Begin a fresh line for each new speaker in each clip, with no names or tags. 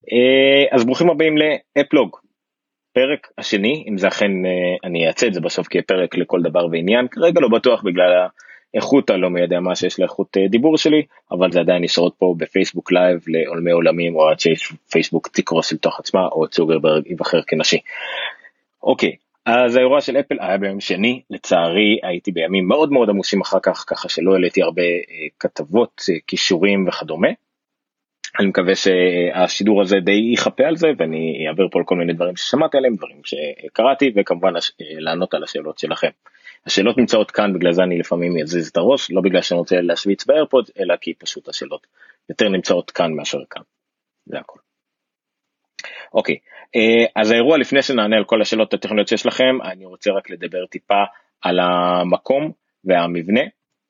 אז ברוכים הבאים לאפלוג, פרק השני, אם זה אכן אני אעשה את זה בסוף כפרק לכל דבר ועניין, כרגע לא בטוח בגלל האיכות הלא מי יודע מה שיש לאיכות דיבור שלי, אבל זה עדיין נשארות פה בפייסבוק לייב לעולמי עולמים, או עד שפייסבוק תקרוס לתוך עצמה, או צוקרברג ייבחר כנשי. אוקיי, אז האירוע של אפל היה ביום שני, לצערי הייתי בימים מאוד מאוד עמוסים אחר כך, ככה שלא העליתי הרבה כתבות, קישורים וכדומה. אני מקווה שהשידור הזה די יחפה על זה, ואני אעבר פה על כל מיני דברים ששמעתי עליהם, דברים שקראתי, וכמובן לענות על השאלות שלכם. השאלות נמצאות כאן, בגלל זה אני לפעמים אזיז את הראש, לא בגלל שאני רוצה להשוויץ באיירפוד, אלא כי פשוט השאלות יותר נמצאות כאן מאשר כאן. זה הכל. אוקיי, אז האירוע לפני שנענה על כל השאלות הטכנולוגיות שיש לכם, אני רוצה רק לדבר טיפה על המקום והמבנה.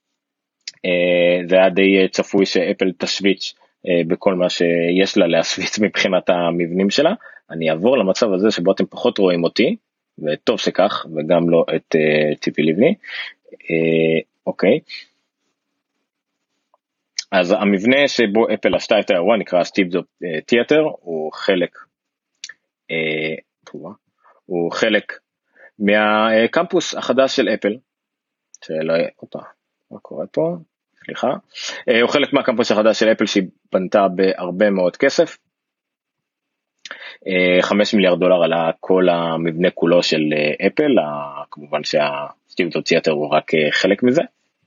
זה היה די צפוי שאפל תשוויץ בכל מה שיש לה להשוויץ מבחינת המבנים שלה. אני אעבור למצב הזה שבו אתם פחות רואים אותי, וטוב שכך, וגם לא את ציפי לבני. אוקיי. אז המבנה שבו אפל עשתה את האירוע נקרא סטיב ג'ובס תיאטר, הוא חלק מהקמפוס החדש של אפל, מה קורה פה? סליחה. הוא חלק מהקמפוס החדש של אפל שהיא בנתה בהרבה מאוד כסף. $5 מיליארד עלה כל המבנה כולו של אפל, כמובן שהסטיב ג'ובס תיאטר הוא רק חלק מזה.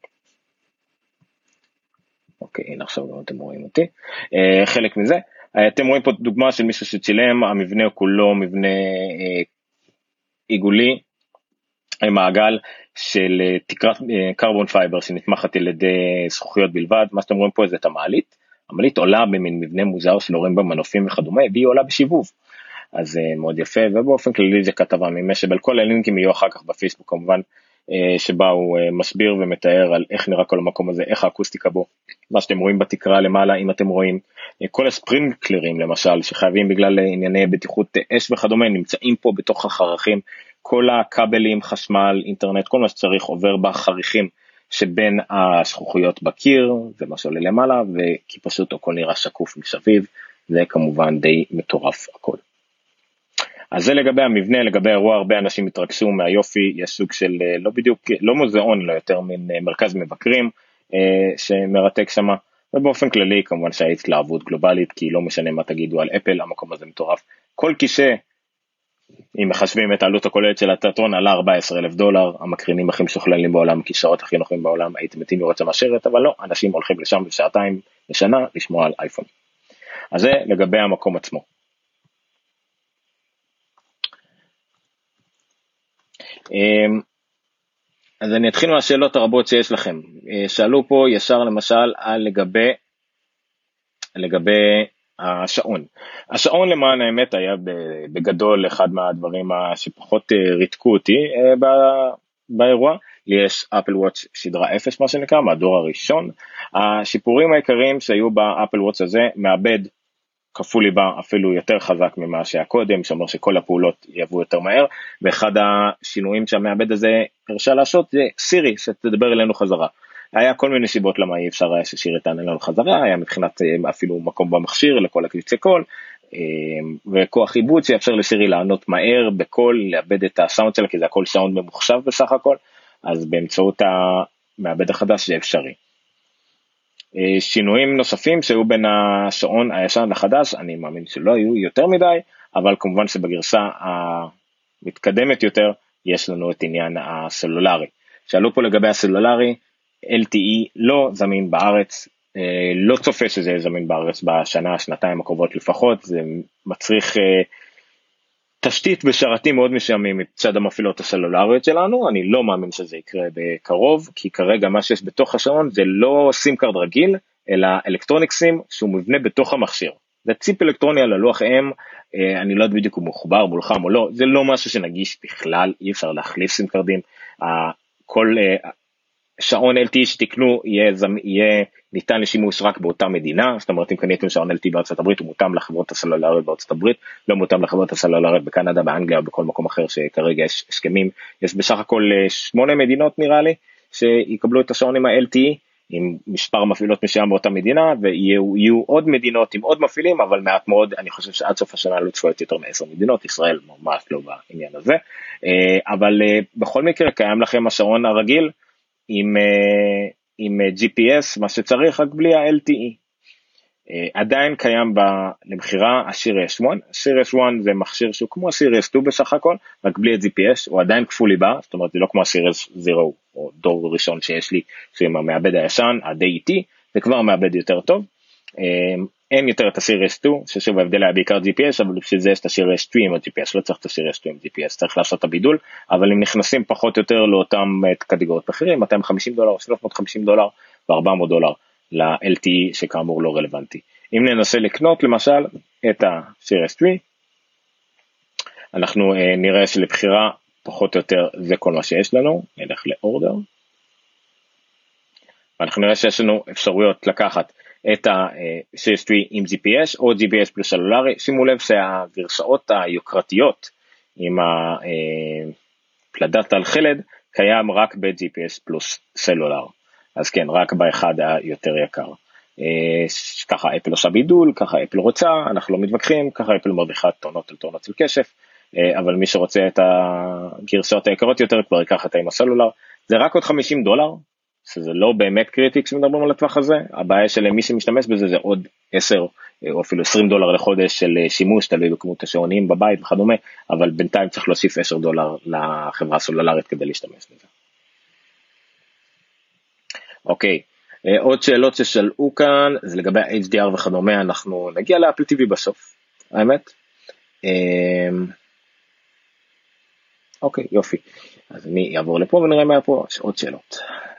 אוקיי, הנה עכשיו גם אתם רואים אותי. חלק מזה. אתם רואים פה דוגמה של מישהו שצילם, המבנה כולו מבנה עיגולי, מעגל של תקרת קרבון פייבר שנתמכת על ידי זכוכיות בלבד. מה שאתם רואים פה זה את המעלית. המעלית עולה במין מבנה מוזר שלא רואים במנופים וכדומה, והיא עולה בשיבוב. אז זה מאוד יפה, ובאופן כללי זה כתבה ממשבל. כל הלינקים יהיו אחר כך בפייסבוק כמובן, שבה הוא מסביר ומתאר על איך נראה כל המקום הזה, איך האקוסטיקה בו. מה שאתם רואים בתקרה למעלה, אם אתם רואים, כל הספרינקלרים למשל, שחייבים בגלל ענייני בטיחות אש וכדומה, נמצאים פה בתוך החרכים, כל הכבלים, חשמל, אינטרנט, כל מה שצריך עובר בחריכים שבין הזכוכיות בקיר, זה מה שעולה למעלה, וכי פשוט הכל נראה שקוף מסביב, זה כמובן די מטורף הכל. אז זה לגבי המבנה, לגבי האירוע, הרבה אנשים התרגשו מהיופי, יש סוג של לא בדיוק, לא מוזיאון, לא יותר מן מרכז מבקרים, שמרתק שמה, ובאופן כללי כמובן שההתלהבות גלובלית, כי לא משנה מה תגידו על אפל, המקום הזה מטורף. כל כיסא, אם מחשבים את העלות הכוללת של התיאטרון, עלה $14,000, המקרינים הכי משוכללים בעולם, כיסאות הכי נוחים בעולם, הייתם מתים לראות שם השרת, אבל לא, אנשים הולכים לשם בשעתיים לשנה, לשמוע על אייפון. אז זה לגבי המקום עצמו. אז אני אתחיל מהשאלות הרבות שיש לכם. שאלו פה ישר למשל על לגבי השעון. השעון למען האמת היה בגדול אחד מהדברים שפחות ריתקו אותי באירוע. יש אפל וואץ' שדרה 0 מה שנקרא, מהדור הראשון. השיפורים העיקריים שהיו באפל וואץ' הזה, מעבד כפול ליבה אפילו יותר חזק ממה שהיה קודם, שאומר שכל הפעולות יבואו יותר מהר, ואחד השינויים שהמעבד הזה הרשה לעשות זה סירי, שתדבר אלינו חזרה. היה כל מיני סיבות למה אי אפשר היה שסירי תענה לנו חזרה, היה מבחינת אפילו מקום במכשיר לכל הקבצי קול, וכוח עיבוד שיאפשר לסירי לענות מהר בקול, לאבד את הסאונד שלה, כי זה הכל סאונד ממוחשב בסך הכל, אז באמצעות המעבד החדש זה אפשרי. שינויים נוספים שהיו בין השעון הישן לחדש, אני מאמין שלא היו יותר מדי, אבל כמובן שבגרסה המתקדמת יותר, יש לנו את עניין הסלולרי. שאלו פה לגבי הסלולרי, LTE לא זמין בארץ, לא צופה שזה זמין בארץ בשנה, שנתיים הקרובות לפחות, זה מצריך תשתית ושרתים מאוד מסוימים מצד המפעילות הסלולריות שלנו, אני לא מאמין שזה יקרה בקרוב, כי כרגע מה שיש בתוך השעון זה לא סים קארד רגיל, אלא אלקטרוניק סים שהוא מבנה בתוך המכשיר. זה ציפ אלקטרוני על הלוח אם, אני לא יודע בדיוק הוא מחובר מולחם או לא, זה לא משהו שנגיש בכלל, אי אפשר להחליף סים קארדים, כל שעון LTE שתקנו יהיה ניתן לשימוש רק באותה מדינה, זאת אומרת אם קניתם שעון LTE בארצות הברית הוא מותאם לחברות הסלולריות בארצות הברית, לא מותאם לחברות הסלולריות בקנדה, באנגליה או בכל מקום אחר שכרגע יש הסכמים, יש בסך הכל 8 מדינות נראה לי שיקבלו את השעונים ה-LTE, עם מספר מפעילות מסוים באותה מדינה, ויהיו עוד מדינות עם עוד מפעילים, אבל מעט מאוד, אני חושב שעד סוף השנה לא צפויות יותר מ10 מדינות, ישראל ממש לא בעניין הזה, אבל בכל מקרה קיים לכם השעון הרגיל, עם GPS, מה שצריך, רק בלי ה-LTE. עדיין קיים למחירה הסיריוס 1, הסיריוס 1 זה מכשיר שהוא כמו הסיריוס 2 בסך הכל, רק בלי ה-GPS, הוא עדיין כפול ליבה, זאת אומרת זה לא כמו הסיריוס 0, או דור ראשון שיש לי, שעם המעבד הישן, הדי איטי, זה כבר מעבד יותר טוב, אין יותר את הסיריוס 2, ששוב ההבדל היה בעיקר GPS, אבל בשביל זה יש את הסיריוס 2 עם ה-GPS, לא צריך את הסיריוס 2 עם GPS, צריך לעשות את הבידול, אבל הם נכנסים פחות או יותר לאותם קטגוריות מחירים, $250, $350 ו$400 ל-LTE שכאמור לא רלוונטי. אם ננסה לקנות למשל את ה-Series 3, אנחנו נראה שלבחירה פחות או יותר זה כל מה שיש לנו, נלך לאורדר, ואנחנו נראה שיש לנו אפשרויות לקחת את ה-Series 3 עם GPS או GPS פלוס סלולרי, שימו לב שהגרסאות היוקרתיות עם הפלדת על חלד קיים רק ב-GPS פלוס סלולר. אז כן, רק באחד היותר יקר. ככה אפל עושה בידול, ככה אפל רוצה, אנחנו לא מתווכחים, ככה אפל מרוויחה טונות על טונות של כסף, אבל מי שרוצה את הגרסאות היקרות יותר, כבר ייקח את עם הסלולר, זה רק עוד $50, שזה לא באמת קריטי כשמדברים על הטווח הזה, הבעיה של מי שמשתמש בזה זה עוד 10 או אפילו $20 לחודש של שימוש, תלוי בכמות השעונים בבית וכדומה, אבל בינתיים צריך להוסיף $10 לחברה הסלולרית כדי להשתמש בזה. אוקיי, עוד שאלות ששאלו כאן, זה לגבי ה-HDR וכדומה, אנחנו נגיע לאפל TV בסוף, האמת. אוקיי, יופי. אז אני אעבור לפה ונראה מה פה, יש עוד שאלות.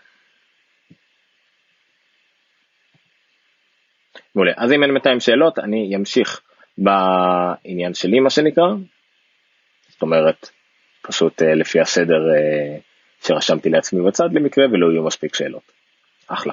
מעולה, אז אם אין 200 שאלות, אני אמשיך בעניין שלי, מה שנקרא. זאת אומרת, פשוט לפי הסדר שרשמתי לעצמי בצד למקרה, ולא יהיו מספיק שאלות. אחלה.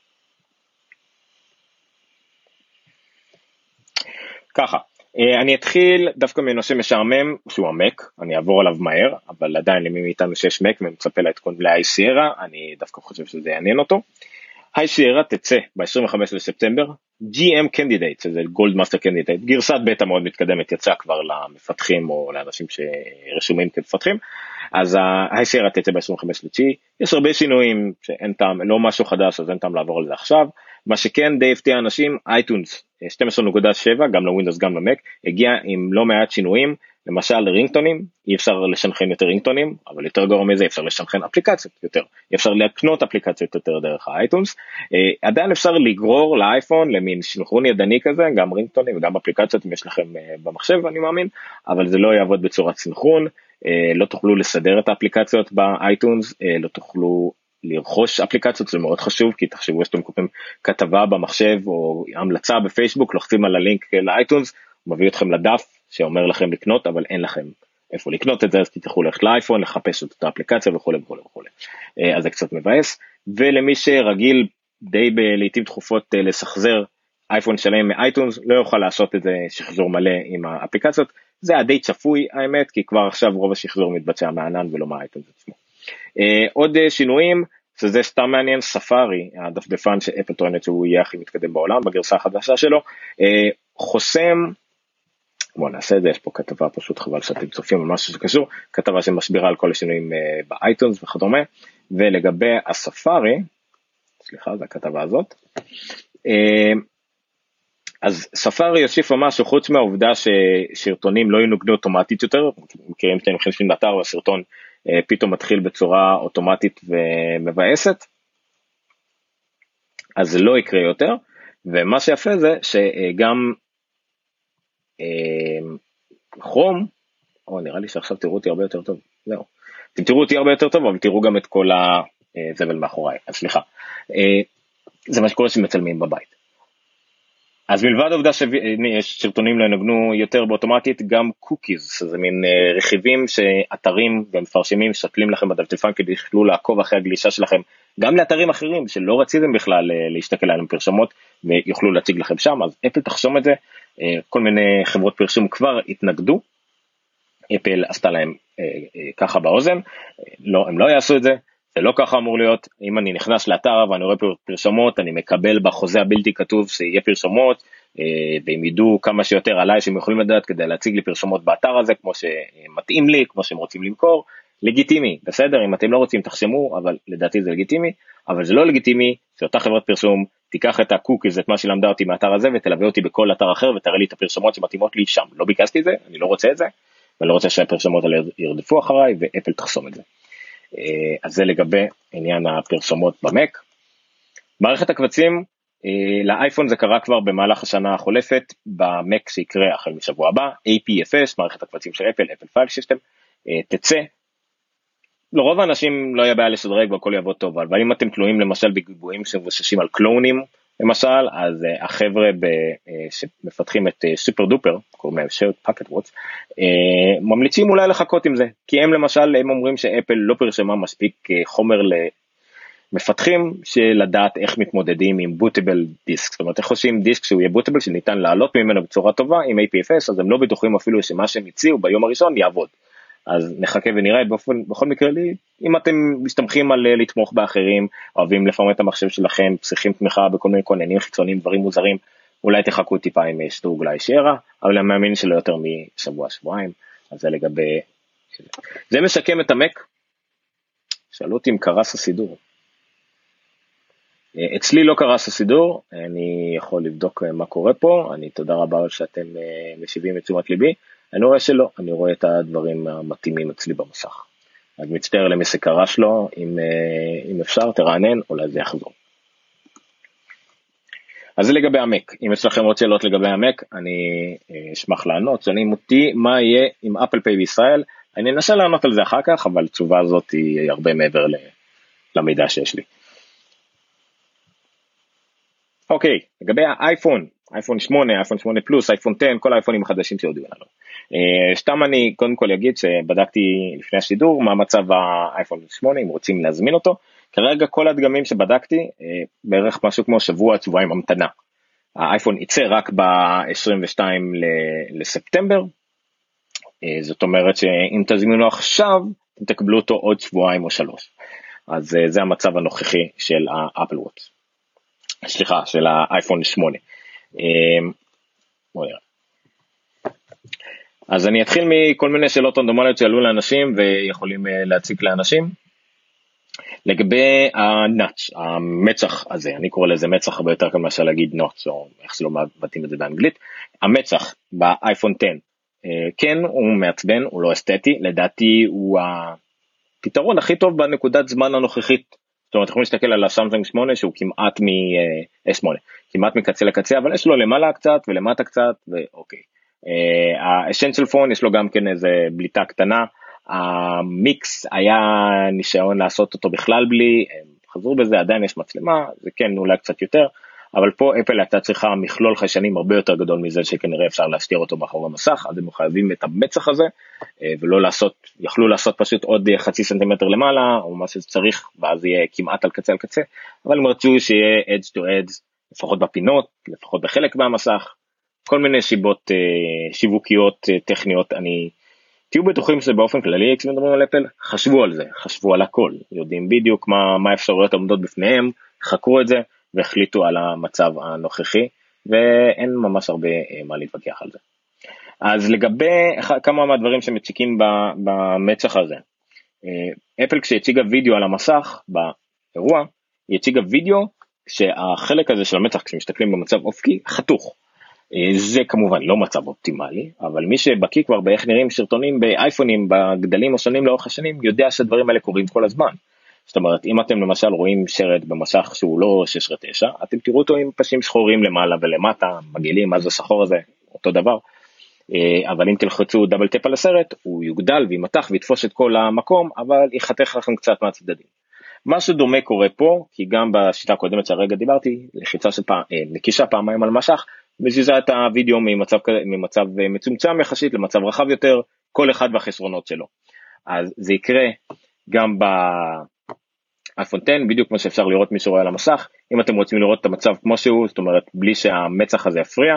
ככה, אני אתחיל דווקא מנושא משעמם, שהוא המק, אני אעבור עליו מהר, אבל עדיין למי מאיתנו שיש מק ומצפה לעדכון ל-High Sierra, אני דווקא חושב שזה יעניין אותו. High Sierra תצא ב-25 לספטמבר, GM Candidate, שזה Gold Master Candidate, גרסת בטא מאוד מתקדמת, יצאה כבר למפתחים או לאנשים שרשומים כמפתחים, אז ה-High Sierra תצא ב-25 לתשיעי, יש הרבה שינויים שאין טעם, לא משהו חדש, אז אין טעם לעבור על זה עכשיו, מה שכן די הפתיע אנשים, iTunes 12.7, גם לווינדוס גם למק, הגיע עם לא מעט שינויים, למשל רינגטונים, אי אפשר לשנכן יותר רינגטונים, אבל יותר גרוע מזה, אפשר לשנכן אפליקציות יותר, אי אפשר להקנות אפליקציות יותר דרך האייטונס, עדיין אפשר לגרור לאייפון למין שינכרון ידני כזה, גם רינגטונים וגם אפליקציות אם יש לכם במחשב אני מאמין, אבל זה לא יעבוד בצורת סינכרון, לא תוכלו לסדר את האפליקציות באייטונס, לא תוכלו לרכוש אפליקציות, זה מאוד חשוב, כי תחשבו שאתם קוראים כתבה במחשב או המלצה בפייסבוק, לוחצים על הלינק לאייטונס, הוא מביא אתכם לדף שאומר לכם לקנות, אבל אין לכם איפה לקנות את זה, אז תצטרכו ללכת לאייפון, לחפש את אותה אפליקציה וכו' וכו' וכו'. אז זה קצת מבאס, ולמי שרגיל די לעתים תכופות לסחזר אייפון שלם מאייטונס, לא יוכל לעשות את זה שחזור מלא עם האפליקציות, זה די צפוי האמת, כי כבר עכשיו רוב השחזור מתבצע מהענן ולא מהאייטונס עצמו. עוד שינויים, שזה סתם מעניין, ספארי, הדפדפן שאפל טוענת שהוא יהיה הכי מתקדם בעולם, בגרסה החדשה שלו, חוסם, בואו נעשה את זה, יש פה כתבה פשוט חבל שאתם צופים על משהו שקשור, כתבה שמשבירה על כל השינויים באייטונס וכדומה, ולגבי הספארי, סליחה, זה הכתבה הזאת, אז ספארי יוסיף משהו חוץ מהעובדה ששרטונים לא ינוגנו אוטומטית יותר, מכירים שאתם נכנסים לאתר והסרטון פתאום מתחיל בצורה אוטומטית ומבאסת, אז זה לא יקרה יותר, ומה שיפה זה שגם כרום, נראה לי שעכשיו תראו אותי הרבה יותר טוב, זהו, אתם תראו אותי הרבה יותר טוב, אבל תראו גם את כל הזבל מאחוריי, אז סליחה, זה מה שקורה שמצלמים בבית. אז מלבד העובדה ששרטונים לא ינגנו יותר באוטומטית, גם קוקיז, זה מין רכיבים שאתרים ומפרשמים שתלים לכם בדפדפן כדי שיוכלו לעקוב אחרי הגלישה שלכם, גם לאתרים אחרים שלא רציתם בכלל להשתכל עליהם פרשמות ויוכלו להציג לכם שם, אז אפל תחשום את זה, כל מיני חברות פרשום כבר התנגדו, אפל עשתה להם ככה באוזן, לא, הם לא יעשו את זה, זה לא ככה אמור להיות. אם אני נכנס לאתר ואני רואה פרסומות, אני מקבל בחוזה הבלתי כתוב שיהיה פרסומות, והם ידעו כמה שיותר עליי שהם יכולים לדעת כדי להציג לי פרסומות באתר הזה, כמו שמתאים לי, כמו שהם רוצים למכור, לגיטימי, בסדר, אם אתם לא רוצים תחשמו, אבל לדעתי זה לגיטימי, אבל זה לא לגיטימי שאותה חברת פרסום תיקח את הקוקיז, את מה שלמדה אותי מהאתר הזה, ותלווה אותי בכל אתר אחר, ותראה לי את הפרסומות שמתאימות לי שם. לא ביקשתי את זה, אני לא רוצה את זה, ואני לא רוצה שהפרסומות האלה ירדפו אחריי, ואפל תחסום את זה. אז זה לגבי עניין הפרסומות במק. מערכת הקבצים, לאייפון זה קרה כבר במהלך השנה החולפת, במק שיקרה החל משבוע הבא, APFS, מערכת הקבצים של אפל, אפל פייל סיסטם, תצא. לרוב האנשים לא יהיה בעיה לשדרג והכל יעבוד טוב, אבל אם אתם תלויים למשל בגיבויים שמבוססים על קלונים, למשל, אז החבר'ה שמפתחים את סופר דופר, קוראים להם shared packet watch, ממליצים אולי לחכות עם זה, כי הם למשל, הם אומרים שאפל לא פרשמה מספיק חומר למפתחים, שלדעת איך מתמודדים עם בוטבל דיסק, זאת אומרת, איך עושים דיסק שהוא יהיה בוטבל, שניתן לעלות ממנו בצורה טובה עם APFS, אז הם לא בטוחים אפילו שמה שהם הציעו ביום הראשון יעבוד. אז נחכה ונראה. בכל מקרה לי, אם אתם מסתמכים על לתמוך באחרים, אוהבים לפרמט את המחשב שלכם, צריכים תמיכה בכל מיני כוננים חיצוניים, דברים מוזרים, אולי תחכו טיפה עם שדרוג אולי שירה, אבל אני מאמין שלא יותר משבוע, שבועיים. אז זה לגבי, זה משקם את המק. שאלו אותי אם קרס הסידור. אצלי לא קרס הסידור, אני יכול לבדוק מה קורה פה, אני תודה רבה שאתם משיבים את תשומת ליבי, אני רואה שלא, אני רואה את הדברים המתאימים אצלי במסך. אז מצטער למי שקרס לו, אם אפשר תרענן, אולי זה יחזור. אז זה לגבי המק, אם יש לכם עוד שאלות לגבי המק, אני אשמח לענות, שואלים אותי מה יהיה עם אפל פיי בישראל, אני אנסה לענות על זה אחר כך, אבל התשובה הזאת היא הרבה מעבר למידע שיש לי. אוקיי, לגבי האייפון, אייפון 8, אייפון 8 פלוס, אייפון 10, כל האייפונים החדשים שהודיעו לנו. סתם אני קודם כל אגיד שבדקתי לפני השידור מה מצב האייפון 8, אם רוצים להזמין אותו. כרגע כל הדגמים שבדקתי, בערך משהו כמו שבוע, שבועיים המתנה. האייפון יצא רק ב-22 לספטמבר, זאת אומרת שאם תזמינו עכשיו, תקבלו אותו עוד שבועיים או שלוש. אז זה המצב הנוכחי של האפל וואץ'. סליחה, של האייפון 8. אז אני אתחיל מכל מיני שאלות רנדומליות שעלו לאנשים ויכולים להציג לאנשים. לגבי הנאץ', המצח הזה, אני קורא לזה מצח הרבה יותר כמה אפשר להגיד נוטס, או איך שלא מבטאים את זה באנגלית. המצח באייפון 10, כן, הוא מעצבן, הוא לא אסתטי, לדעתי הוא הפתרון הכי טוב בנקודת זמן הנוכחית. זאת אומרת, אנחנו נסתכל על הסמסונג 8 שהוא כמעט S8, כמעט מקצה לקצה, אבל יש לו למעלה קצת ולמטה קצת, ואוקיי. האסנציאל פון יש לו גם כן איזה בליטה קטנה, המיקס היה ניסיון לעשות אותו בכלל בלי, חזרו בזה, עדיין יש מצלמה, זה כן אולי קצת יותר, אבל פה אפל הייתה צריכה מכלול חיישנים הרבה יותר גדול מזה שכנראה אפשר להסתיר אותו מאחורי המסך, אז הם חייבים את המצח הזה, ולא לעשות, יכלו לעשות פשוט עוד חצי סנטימטר למעלה, או מה שצריך, ואז יהיה כמעט על קצה על קצה, אבל הם רצו שיהיה edge to edge, לפחות בפינות, לפחות בחלק מהמסך, כל מיני שיבות שיווקיות, טכניות, תהיו בטוחים שזה באופן כללי, כשמדברים על אפל, חשבו על זה, חשבו על הכל, יודעים בדיוק מה האפשרויות עומדות בפניהם, חקרו את זה, והחליטו על המצב הנוכחי, ואין ממש הרבה מה להתווכח על זה. אז לגבי כמה מהדברים שמציקים במצח הזה, אפל כשהציגה וידאו על המסך באירוע, היא הציגה וידאו שהחלק הזה של המצח, כשמשתכלים במצב אופקי, חתוך. זה כמובן לא מצב אופטימלי, אבל מי שבקיא כבר באיך נראים שרטונים באייפונים, בגדלים השונים לאורך השנים, יודע שהדברים האלה קורים כל הזמן. זאת אומרת, אם אתם למשל רואים שרת במסך שהוא לא 6x9, אתם תראו אותו עם פסים שחורים למעלה ולמטה, מגעילים, מה זה שחור הזה, אותו דבר. אבל אם תלחצו דאבל טאפ על הסרט, הוא יוגדל וימתח ויתפוס את כל המקום, אבל יחתך לכם קצת מהצדדים. משהו דומה קורה פה, כי גם בשיטה הקודמת שהרגע דיברתי, נקישה פעמיים על משך, מזיזה את הוידאו ממצב מצומצם יחסית למצב רחב יותר, כל אחד והחסרונות שלו. אז זה יקרה גם באייפון 10, בדיוק כמו שאפשר לראות מי שרואה על המסך, אם אתם רוצים לראות את המצב כמו שהוא, זאת אומרת בלי שהמצח הזה יפריע,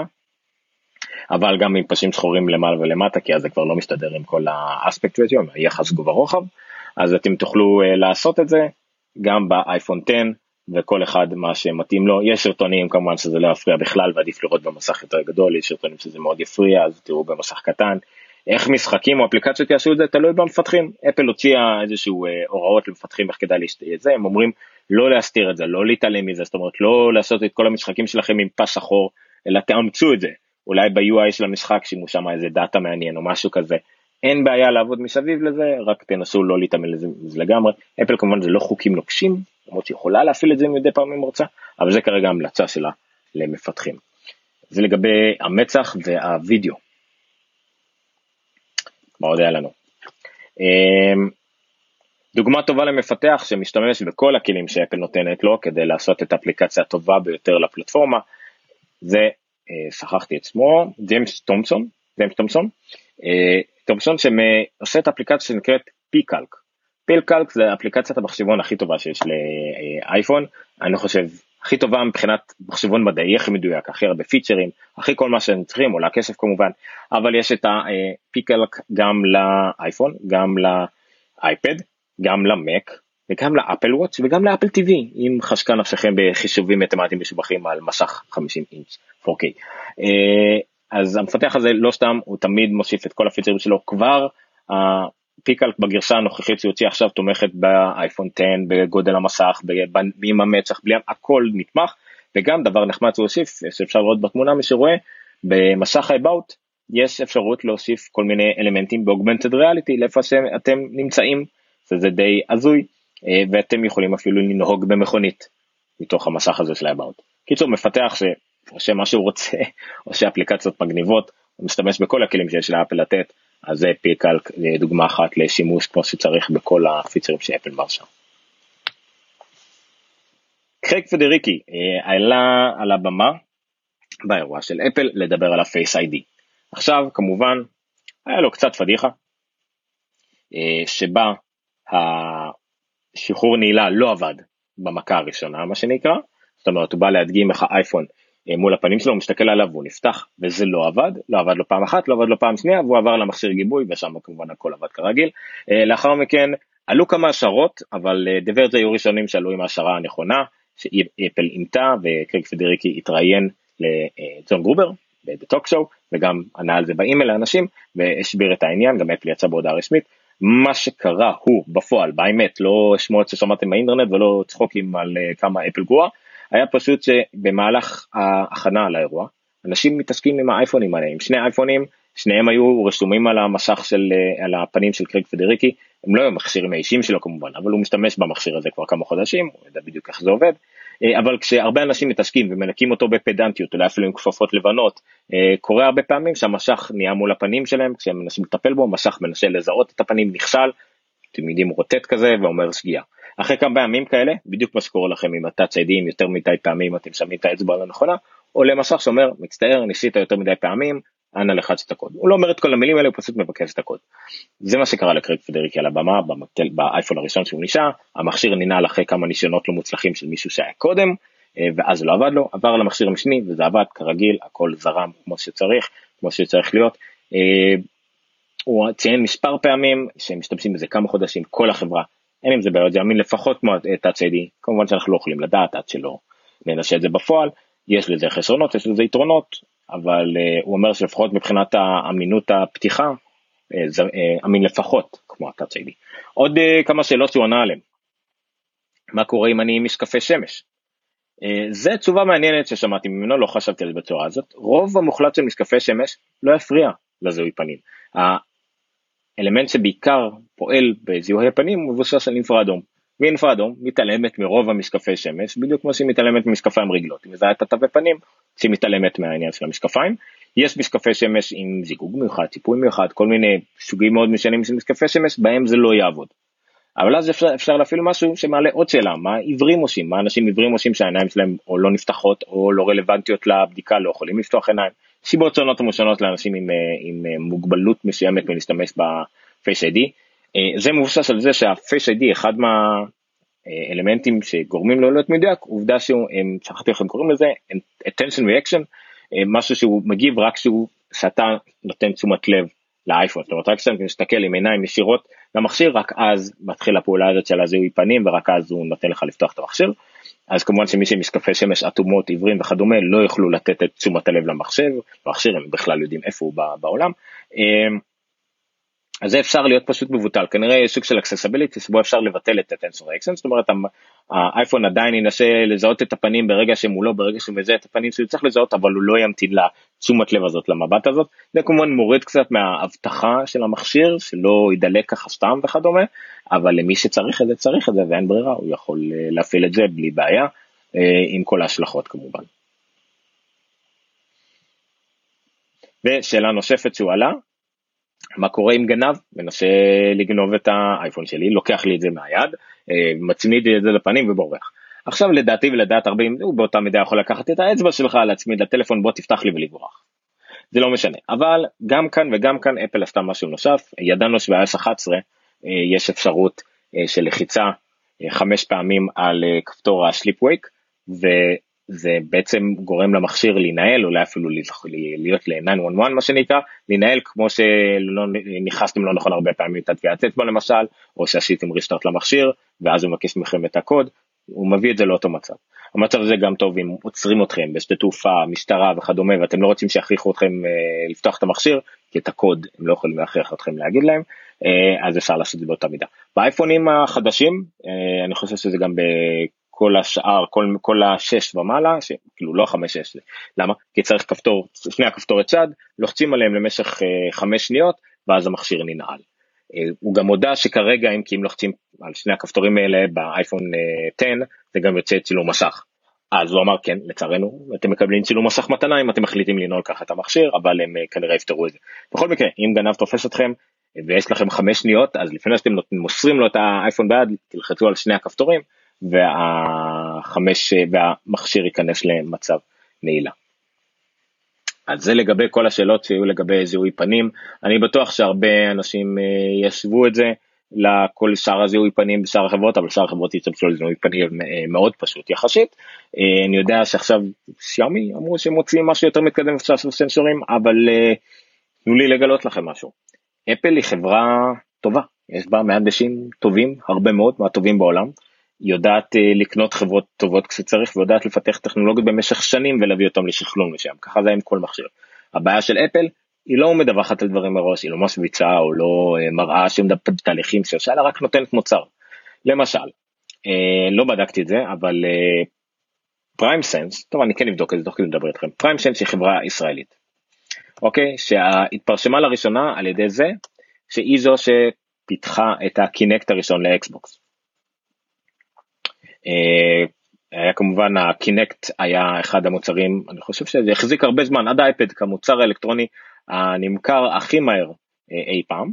אבל גם עם פסים שחורים למעלה ולמטה, כי אז זה כבר לא מסתדר עם כל האספקט רציו, היחס גובה רוחב, אז אתם תוכלו לעשות את זה, גם באייפון 10, וכל אחד מה שמתאים לו. יש סרטונים כמובן שזה לא יפריע בכלל, ועדיף לראות במסך יותר גדול, יש סרטונים שזה מאוד יפריע, אז תראו במסך קטן. איך משחקים או אפליקציות יעשו את זה, תלוי במפתחים. אפל הוציאה איזשהו הוראות למפתחים איך כדאי להשתהיה את זה, הם אומרים לא להסתיר את זה, לא להתעלם מזה, זאת אומרת לא לעשות את כל המשחקים שלכם עם פס שחור, אלא תאמצו את זה. אולי ב-UI של המשחק שימו שם איזה דאטה מעניין או משהו כזה, אין בעיה לעבוד מסביב לזה, רק תנסו לא להתעמל לזה לגמרי. אפל כמובן זה לא חוקים נוקשים, למרות שיכולה להפעיל את זה מדי פעם אם רוצה, אבל זה כרגע המלצה שלה למפתחים. זה לגבי המצח והווידאו. מה עוד היה לנו? דוגמה טובה למפתח שמשתמש בכל הכלים שאפל נותנת לו, כדי לעשות את האפליקציה הטובה ביותר לפלטפורמה, זה, שכחתי את שמו, ג'יימס תומפסון, שעושה את האפליקציה שנקראת פיקלק. פיקלק זה אפליקציית המחשבון הכי טובה שיש לאייפון, אני חושב הכי טובה מבחינת מחשבון מדעי, הכי מדויק, הכי הרבה פיצ'רים, הכי כל מה שהם צריכים, עולה כסף כמובן, אבל יש את הפיקלק גם לאייפון, גם לאייפד, גם למק, וגם לאפל וואץ' וגם לאפל טיווי, אם חשקה נפשכם בחישובים מתמטיים משובחים על מסך 50 אינץ' 4K. אז המפתח הזה לא סתם, הוא תמיד מוסיף את כל הפיצ'רים שלו, כבר פיקלק בגרסה הנוכחית שיוציא עכשיו תומכת באייפון 10, בגודל המסך, עם המצח, בלי הכל נתמך, וגם דבר נחמד שהוא הוסיף, שאפשר לראות בתמונה מי שרואה, במסך ה-About, יש אפשרות להוסיף כל מיני אלמנטים ב-Augmented Reality, לאיפה שאתם נמצאים, זה די עזוי, ואתם יכולים אפילו לנהוג במכונית, מתוך המסך הזה של ה-About. קיצור, מפתח שעושה מה שהוא רוצה, עושה אפליקציות מגניבות, הוא משתמש בכל הכלים שיש לאפל לתת, אז זה פיקלק דוגמה אחת לשימוש כמו שצריך בכל הפיצ'רים שאפל מרשה. קרייג פדריקי עלה על הבמה באירוע של אפל לדבר על הפייס איי-די. עכשיו כמובן היה לו קצת פדיחה, שבה השחרור נעילה לא עבד במכה הראשונה מה שנקרא, זאת אומרת הוא בא להדגים איך האייפון מול הפנים שלו, הוא מסתכל עליו והוא נפתח, וזה לא עבד לו פעם אחת, לא עבד לו פעם שנייה, והוא עבר למכשיר גיבוי, ושם כמובן הכל עבד כרגיל. לאחר מכן, עלו כמה השערות, אבל דברג' היו ראשונים שעלו עם ההשערה הנכונה, שאפל אימתה, וקרייג פדריקי התראיין לג'ון גרובר, בטוק שואו, וגם ענה על זה באימייל לאנשים, והסביר את העניין, גם אפל יצא בהודעה רשמית. מה שקרה הוא בפועל, באמת, לא שמועות ששמעתם באינטרנט, ולא צחוקים על כמה אפל גרוע, היה פשוט שבמהלך ההכנה על האירוע, אנשים מתעסקים עם האייפונים האלה, עם שני אייפונים, שניהם היו רשומים על המשך על הפנים של קרייג פדריקי, הם לא היו מכשירים האישיים שלו כמובן, אבל הוא משתמש במכשיר הזה כבר כמה חודשים, הוא יודע בדיוק איך זה עובד, אבל כשהרבה אנשים מתעסקים ומנקים אותו בפדנטיות, אולי אפילו עם כפפות לבנות, קורה הרבה פעמים שהמשך נהיה מול הפנים שלהם, כשהם מנסים לטפל בו, המשך מנסה לזהות את הפנים, נכשל, אתם יודעים רוטט כזה ואומר שגיאה. אחרי כמה פעמים כאלה, בדיוק מה שקורה לכם עם הטאץ' איי-די, יותר מדי פעמים אתם שמים את האצבע על הנכונה, עולה מסך שאומר, מצטער, ניסית יותר מדי פעמים, אנא לחץ את הקוד. הוא לא אומר את כל המילים האלה, הוא פשוט מבקש את הקוד. זה מה שקרה לקרייג פדריקי על הבמה, באייפון הראשון שהוא ניסה, המכשיר ננעל אחרי כמה ניסיונות לא מוצלחים של מישהו שהיה קודם, ואז לא עבד לו, עבר למכשיר המשני, וזה עבד כרגיל, הכל זרם כמו שצריך להיות. הוא ציין מספר פעמים, שהם משתמשים בזה כמה חודשים, כל החברה, אין עם זה בעיות, זה אמין לפחות כמו טאץ' איי-די, כמובן שאנחנו לא יכולים לדעת עד שלא ננסה את זה בפועל, יש לזה חסרונות, יש לזה יתרונות, אבל הוא אומר שלפחות מבחינת אמינות הפתיחה, זה אמין לפחות כמו הטאץ' איי-די. עוד כמה שאלות שהוא ענה עליהן, מה קורה אם אני עם משקפי שמש? זה תשובה מעניינת ששמעתי ממנו, לא חשבתי על זה בצורה הזאת, רוב המוחלט של משקפי שמש לא יפריע לזיהוי פנים, האלמנט שבעיקר פועל בזיהוי הפנים הוא מבוסס על אינפרה אדום, ואינפרה אדום מתעלמת מרוב המשקפי שמש, בדיוק כמו שהיא מתעלמת ממשקפיים רגילות, היא מזהה את התווי פנים, שהיא מתעלמת מהעניין של המשקפיים, יש משקפי שמש עם זיגוג מיוחד, ציפוי מיוחד, כל מיני סוגים מאוד משנים של משקפי שמש, בהם זה לא יעבוד, אבל אז אפשר להפעיל משהו שמעלה עוד שאלה, מה עיוורים עושים, מה אנשים עיוורים עושים שהעיניים שלהם או לא נפתחות, או לא רלוונטיות לבדיקה, לא יכולים לפתוח עיניים, סיבות שונות ומשונות לאנשים עם מוגבלות מסוימת מלהשתמש בפייס איי-די, זה מבוסס על זה שהפייס איי-די, אחד מהאלמנטים שגורמים לו להיות מדויק, עובדה שהם, שכחתי איך הם קוראים לזה, attention reaction, משהו שהוא מגיב רק שאתה נותן תשומת לב לאייפון, זאת אומרת רק כשאתה מסתכל עם עיניים ישירות למכשיר, רק אז מתחיל הפעולה הזאת של הזיהוי פנים, ורק אז הוא נותן לך לפתוח את המכשיר. אז כמובן שמי שמשקפי שמש אטומות, עיוורים וכדומה, לא יוכלו לתת את תשומת הלב למכשיר, הם בכלל יודעים איפה הוא בעולם. אז זה אפשר להיות פשוט מבוטל, כנראה יש סוג של accessibility, שבו אפשר לבטל את ה-tensor action, זאת אומרת, האייפון עדיין ינסה לזהות את הפנים ברגע שמולו, ברגע שהוא מזהה את הפנים שהוא צריך לזהות, אבל הוא לא ימתין לתשומת לב הזאת, למבט הזאת, זה כמובן מוריד קצת מההבטחה של המכשיר, שלא ידלק ככה סתם וכדומה, אבל למי שצריך את זה, צריך את זה, ואין ברירה, הוא יכול להפעיל את זה בלי בעיה, עם כל ההשלכות כמובן. ושאלה נוספת שהוא עלה, מה קורה עם גנב? מנסה לגנוב את האייפון שלי, לוקח לי את זה מהיד, מצמיד את זה לפנים ובורח. עכשיו לדעתי ולדעת הרבה, הוא באותה מידה יכול לקחת את האצבע שלך, להצמיד לטלפון, בוא תפתח לי ולברוח. זה לא משנה, אבל גם כאן וגם כאן אפל עשתה משהו נוסף, ידענו שב-iOS 11 יש אפשרות של לחיצה 5 פעמים על כפתור ה-Sleep Wake, זה בעצם גורם למכשיר להינעל, אולי אפילו להיות ל-911 מה שנקרא, להינעל כמו שנכנסתם לא נכון הרבה פעמים את הטביעת אצבע למשל, או שעשיתם ריסטארט למכשיר, ואז הוא מבקש מכם את הקוד, הוא מביא את זה לאותו מצב. המצב הזה גם טוב אם עוצרים אתכם בשדה תעופה, משטרה וכדומה, ואתם לא רוצים שיכריחו אתכם לפתוח את המכשיר, כי את הקוד הם לא יכולים להכריח אתכם להגיד להם, אז אפשר לעשות את זה באותה מידה. באייפונים החדשים, אני חושב שזה גם כל השאר, כל השש ומעלה, כאילו לא 5-6, למה? כי צריך כפתור, שני הכפתורי צד, לוחצים עליהם למשך 5 שניות, ואז המכשיר ננעל. הוא גם הודע שכרגע, אם לוחצים על שני הכפתורים האלה באייפון 10, זה גם יוצא צילום מסך. אז הוא אמר כן, לצערנו, אתם מקבלים צילום מסך מתנה, אם אתם מחליטים לנעול ככה את המכשיר, אבל הם כנראה יפתרו את זה. בכל מקרה, אם גנב תופס אתכם, ויש לכם 5 שניות, אז לפני שאתם מוסרים לו את האייפון ביד, תלחצו על שני הכפתורים, והמכשיר ייכנס למצב נעילה. אז זה לגבי כל השאלות שהיו לגבי זיהוי פנים, אני בטוח שהרבה אנשים ישבו את זה לכל שאר הזיהוי פנים בשאר החברות, אבל שאר החברות יצטרפו לזיהוי פנים מאוד פשוט יחסית. אני יודע שעכשיו שיאומי אמרו שהם מוצאים משהו יותר מתקדם אפשר של סנסורים, אבל תנו לי לגלות לכם משהו. אפל היא חברה טובה, יש בה מהנדסים טובים, הרבה מאוד מהטובים בעולם, יודעת לקנות חברות טובות כשצריך, ויודעת לפתח טכנולוגיות במשך שנים ולהביא אותם לשכלול משם, ככה זה עם כל מכשיר. הבעיה של אפל, היא לא מדווחת על דברים מראש, היא לא משוויצה או לא מראה שום תהליכים שעושה, אלא רק נותנת מוצר. למשל, לא בדקתי את זה, אבל פריים סנס, טוב אני כן אבדוק את זה, תוך כדי לדבר איתכם, פריים סנס היא חברה ישראלית, אוקיי, שהתפרשמה לראשונה על ידי זה, שהיא זו שפיתחה את הקינקט הראשון לאקסבוקס. היה כמובן הקינקט היה אחד המוצרים, אני חושב שזה החזיק הרבה זמן, עד האייפד כמוצר האלקטרוני הנמכר הכי מהר אי פעם,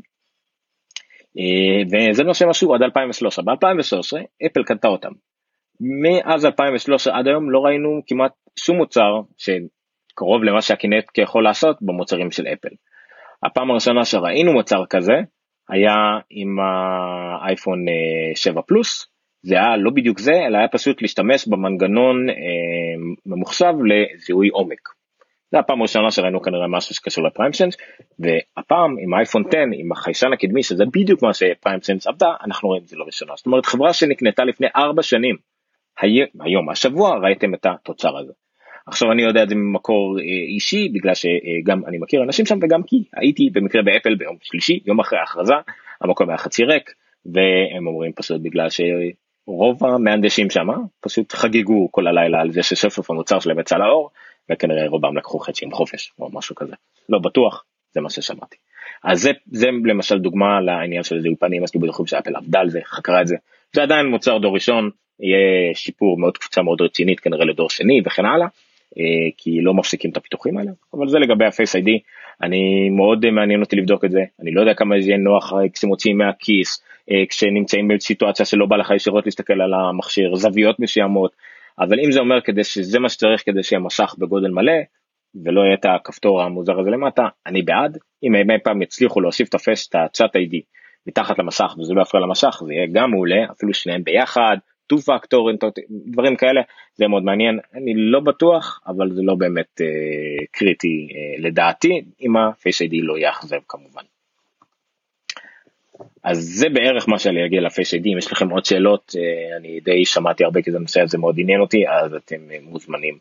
וזה נושא משהו עד 2013, ב-2013 אפל קנתה אותם, מאז 2013 עד היום לא ראינו כמעט שום מוצר שקרוב למה שהקינקט יכול לעשות במוצרים של אפל. הפעם הראשונה שראינו מוצר כזה היה עם האייפון 7 פלוס, זה היה לא בדיוק זה, אלא היה פשוט להשתמש במנגנון ממוחשב לזיהוי עומק. זה הפעם הראשונה שראינו כנראה משהו שקשור לפריים סנס, והפעם עם האייפון 10, עם החיישן הקדמי, שזה בדיוק מה שפריים סנס עבדה, אנחנו רואים את זה לא ראשונה. זאת אומרת, חברה שנקנתה לפני 4 שנים, היום, השבוע, ראיתם את התוצר הזה. עכשיו אני יודע את זה ממקור אישי, בגלל שגם אני מכיר אנשים שם, וגם כי הייתי במקרה באפל ביום שלישי, יום אחרי ההכרזה, המקום היה חצי ריק, והם אומרים פשוט בגלל רוב המהנדסים שם פשוט חגיגו כל הלילה על זה שסוף המוצר שלהם יצא לאור, וכנראה רובם לקחו חצי עם חופש או משהו כזה, לא בטוח, זה מה ששמעתי. אז זה למשל דוגמה לעניין של זיהוי פנים, אז כאילו בטוחים שאפל עבדה על זה, חקרה את זה, זה עדיין מוצר דור ראשון, יהיה שיפור מאוד קבוצה מאוד רצינית כנראה לדור שני וכן הלאה, כי לא מפסיקים את הפיתוחים האלה, אבל זה לגבי ה-Face ID, אני מאוד מעניין אותי לבדוק את זה, אני לא יודע כמה זה יהיה נוח כשמוציאים מהכיס, כשנמצאים בסיטואציה שלא בא לך ישירות להסתכל על המכשיר, זוויות מסוימות, אבל אם זה אומר כדי שזה מה שצריך כדי שיהיה מסך בגודל מלא, ולא יהיה את הכפתור המוזר הזה למטה, אני בעד, אם אי פעם יצליחו להוסיף את ה-Chat ID מתחת למסך, וזה לא יפריע למסך, זה יהיה גם מעולה, אפילו שניהם ביחד, 2-Factor, דברים כאלה, זה מאוד מעניין, אני לא בטוח, אבל זה לא באמת קריטי לדעתי, אם ה-Face ID לא יאכזב כמובן. אז זה בערך מה שאני אגיע לפייס איי-די. אם יש לכם עוד שאלות, אני די שמעתי הרבה, כי זה הנושא הזה מאוד עניין אותי, אז אתם מוזמנים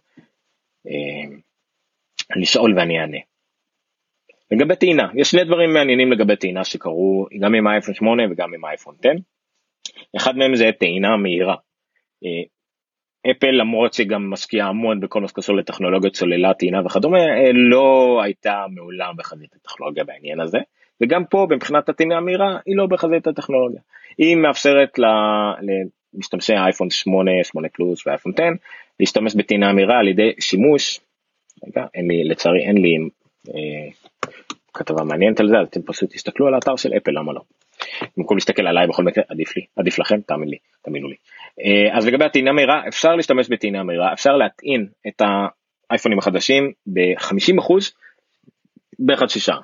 לשאול ואני אענה. לגבי טעינה, יש שני דברים מעניינים לגבי טעינה שקרו גם עם האייפון 8 וגם עם האייפון 10. אחד מהם זה טעינה מהירה. אפל, למרות שגם משקיעה המון בכל מה שקשור לטכנולוגיות סוללה, טעינה וכדומה, לא הייתה מעולם בחזית הטכנולוגיה בעניין הזה, וגם פה מבחינת הטעינה המהירה היא לא בחזית הטכנולוגיה. היא מאפשרת למשתמשי האייפון 8, 8 פלוס והאייפון 10 להשתמש בטעינה מהירה על ידי שימוש, רגע, לצערי אין לי כתבה מעניינת על זה, אז אתם פשוט תסתכלו על האתר של אפל, למה לא? במקום להסתכל עליי בכל מקרה, עדיף לכם, תאמינו לי. אז לגבי הטעינה מהירה, אפשר להשתמש בטעינה מהירה, אפשר להטעין את האייפונים החדשים ב-50% בחצי שעה.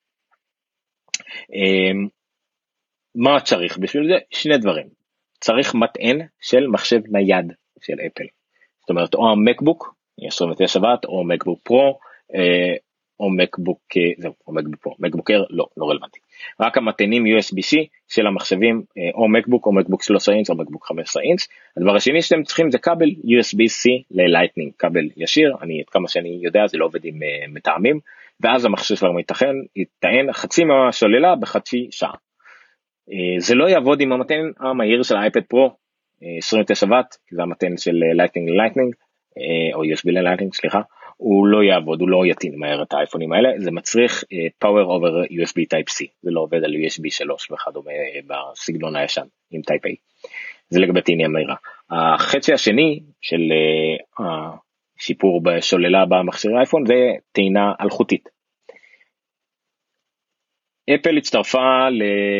מה צריך בשביל זה? שני דברים. צריך מטען של מחשב נייד של אפל. זאת אומרת, או המקבוק, 29 וואט, או מקבוק פרו, או מקבוק, זהו, או מקבוק פרו, מקבוק אר, לא רלוונטי. רק המטענים USB-C של המחשבים, או מקבוק, או מקבוק 13 אינץ', או מקבוק 15 אינץ'. הדבר השני שאתם צריכים זה כבל USB-C ללייטנינג, כבל ישיר, עד כמה שאני יודע, זה לא עובד עם מטעמים, ואז המחשב שלנו יטען חצי מהשוללה בחצי שעה. זה לא יעבוד עם המטען המהיר של האייפד פרו, 29 וואט, כי זה המטען של לייטנינג ללייטנינג, או USB ללייטנינג, סליחה, הוא לא יעבוד, הוא לא יטעין מהר את האייפונים האלה, זה מצריך Power over USB Type-C, זה לא עובד על USB 3 וכדומה בסגנון הישן עם Type-A, זה לגבי טעינה מהירה. החצי השני של השיפור בשוללה במכשירי האייפון זה טעינה אלחוטית. אפל הצטרפה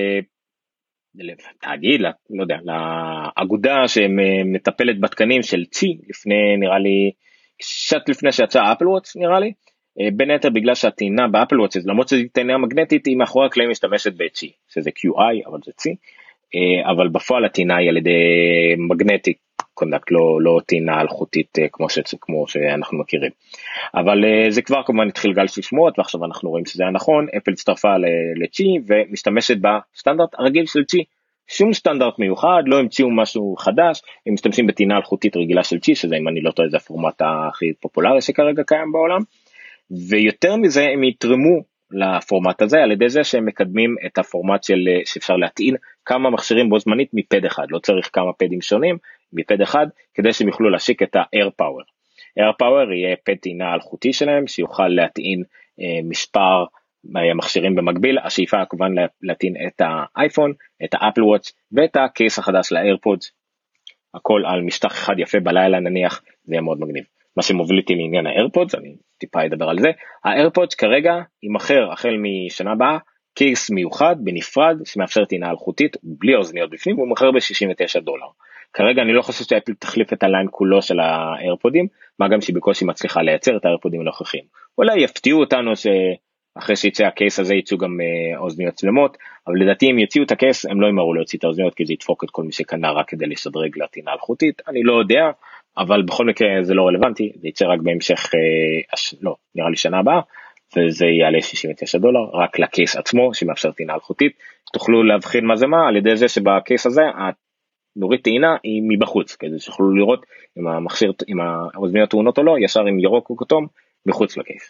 לתאגיד, לא יודע, לאגודה שמטפלת בתקנים של צי, נראה לי, קצת לפני שיצא אפל וואץ' נראה לי, בין היתר בגלל שהטעינה באפל וואץ', למרות שזו טעינה מגנטית, היא מאחורי הקלעים משתמשת בצי, שזה QI, אבל זה צי, אבל בפועל הטעינה היא על ידי מגנטיק קונדקט, לא טעינה אלחוטית כמו שאנחנו מכירים. אבל זה כבר כמובן התחיל גל של שמועות, ועכשיו אנחנו רואים שזה היה נכון, אפל הצטרפה לצ'י ומשתמשת בסטנדרט הרגיל של צ'י, שום סטנדרט מיוחד, לא המציאו משהו חדש, הם משתמשים בטעינה אלחוטית רגילה של צ'י, שזה אם אני לא טועה זה הפורמט הכי פופולרי שכרגע קיים בעולם, ויותר מזה הם יתרמו לפורמט הזה, על ידי זה שהם מקדמים את הפורמט שאפשר להטעין כמה מכשירים בו זמנית מפד אחד, לא צריך כמה פדים שונים, מפד אחד, כדי שהם יוכלו להשיק את ה-AirPower. AirPower יהיה פד טעינה אלחוטי שלהם, שיוכל להטעין מספר מכשירים במקביל, השאיפה כמובן להטעין את האייפון, את האפל וואץ' ואת הקייס החדש לאיירפודס, הכל על משטח אחד יפה בלילה נניח, זה יהיה מאוד מגניב. מה שמוביל אותי לעניין האיירפודס, אני טיפה אדבר על זה, האיירפודס כרגע יימכר החל משנה הבאה, קייס מיוחד בנפרד שמאפשר טעינה אלחוטית בלי אוזניות בפנים, והוא מוכר ב$69. כרגע אני לא חושב שאפל תחליף את הליין כולו של האיירפודים, מה גם שבקושי מצליחה לייצר את האיירפודים הנוכחיים. אולי יפתיעו אותנו שאחרי שיצא הקייס הזה יצאו גם אוזניות שלמות, אבל לדעתי אם יציעו את הקייס הם לא ימרו להוציא את האוזניות, כי זה ידפוק את כל מי שקנה רק כדי לשדרג לטעינה אלחוטית, אני לא יודע, אבל בכל מקרה זה לא רלוונטי, זה יצא רק בהמשך, לא, נראה לי שנה הבאה, וזה יעלה $69, רק לקייס עצמו שמאפשר טעינה אלחוטית, תוכלו להבחין מה זה מה, על ידי זה שבקייס הזה נורית טעינה היא מבחוץ, כדי שיוכלו לראות אם המכשיר, אם האוזניות טעונות או לא, ישר עם ירוק או כתום, מחוץ לקייס.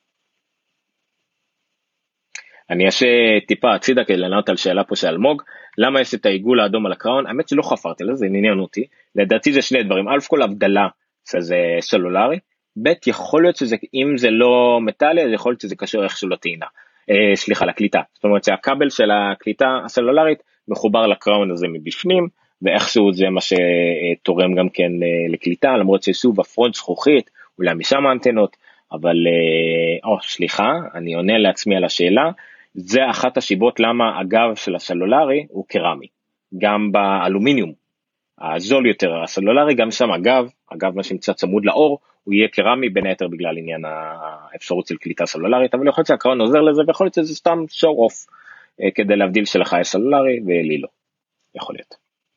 אני אעשה טיפה הצידה כדי לענות על שאלה פה של אלמוג, למה יש את העיגול האדום על הקראון? האמת שלא חפרתי לזה, זה עניין אותי, לדעתי זה שני דברים, א' כל הבדלה שזה סלולרי, ב' יכול להיות שזה, אם זה לא מטאלי, אז יכול להיות שזה קשור איכשהו לטעינה, סליחה, לקליטה, זאת אומרת שהכבל של הקליטה הסלולרית מחובר לקראון הזה מבפנים, ואיכשהו זה מה שתורם גם כן לקליטה, למרות ששוב הפרונט זכוכית, אולי משם האנטנות, אבל, סליחה, אני עונה לעצמי על השאלה, זה אחת השיבות למה הגב של הסלולרי הוא קרמי, גם באלומיניום, הזול יותר הסלולרי, גם שם הגב מה שנמצא צמוד לאור, הוא יהיה קרמי בין היתר בגלל עניין האפשרות של קליטה סלולרית, אבל יכול להיות שהקראון עוזר לזה, ויכול להיות שזה סתם show off, כדי להבדיל שלך יש סלולרי ולי לא, יכול להיות.